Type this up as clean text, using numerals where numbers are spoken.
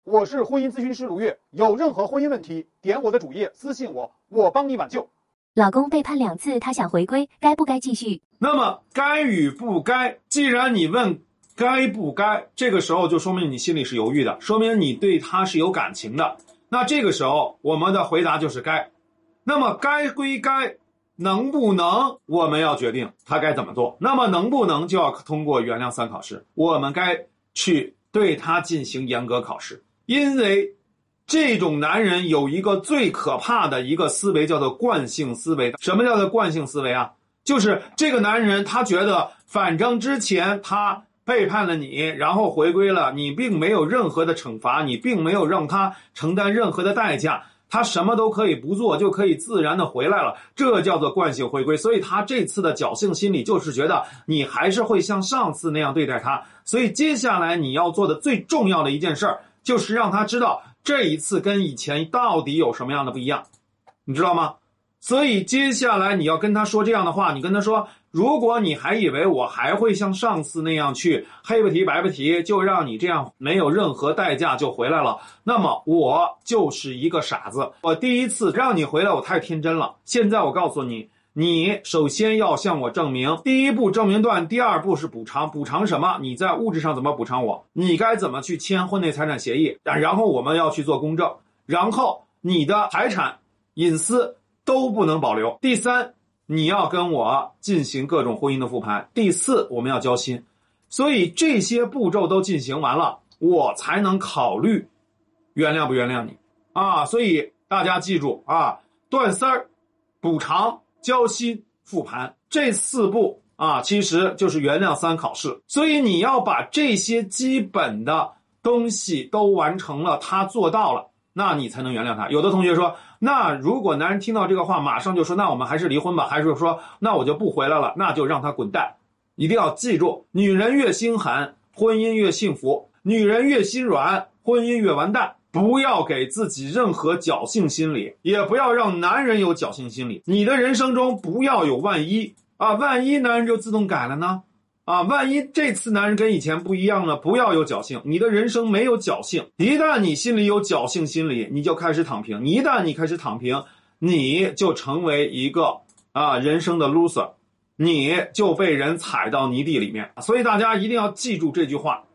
我是婚姻咨询师卢月，有任何婚姻问题，点我的主页私信我，我帮你挽救。 老公背叛2次，他想回归，该不该继续？ 那么该与不该，既然你问该不该，这个时候就说明你心里是犹豫的，说明你对他是有感情的。那这个时候我们的回答就是该。那么该归该，能不能我们要决定他该怎么做。那么能不能就要通过原谅3考试，我们该去对他进行严格考试。因为这种男人有一个最可怕的一个思维，叫做惯性思维。什么叫做惯性思维啊？就是这个男人他觉得反正之前他背叛了你，然后回归了，你并没有任何的惩罚，你并没有让他承担任何的代价，他什么都可以不做就可以自然的回来了，这叫做惯性回归。所以他这次的侥幸心理就是觉得你还是会像上次那样对待他，所以接下来你要做的最重要的一件事儿，就是让他知道这一次跟以前到底有什么样的不一样，你知道吗？所以接下来你要跟他说这样的话，你跟他说，如果你还以为我还会像上次那样去黑不提白不提，就让你这样没有任何代价就回来了，那么我就是一个傻子。我第一次让你回来我太天真了，现在我告诉你，你首先要向我证明，第一步证明段，第二步是补偿。补偿什么？你在物质上怎么补偿我？你该怎么去签婚内财产协议？然后我们要去做公证，然后你的财产隐私都不能保留。第3，你要跟我进行各种婚姻的复盘。第4，我们要交心。所以这些步骤都进行完了，我才能考虑原谅不原谅你啊。所以大家记住啊，段3、补偿、交心、复盘，这4步啊，其实就是原谅3考试。所以你要把这些基本的东西都完成了，他做到了，那你才能原谅他。有的同学说，那如果男人听到这个话马上就说，那我们还是离婚吧，还是说那我就不回来了，那就让他滚蛋。一定要记住，女人越心狠，婚姻越幸福；女人越心软，婚姻越完蛋。不要给自己任何侥幸心理，也不要让男人有侥幸心理。你的人生中不要有万一啊，万一男人就自动改了呢？啊，万一这次男人跟以前不一样了，不要有侥幸。你的人生没有侥幸，一旦你心里有侥幸心理，你就开始躺平。一旦你开始躺平，你就成为一个人生的 loser， 你就被人踩到泥地里面。所以大家一定要记住这句话。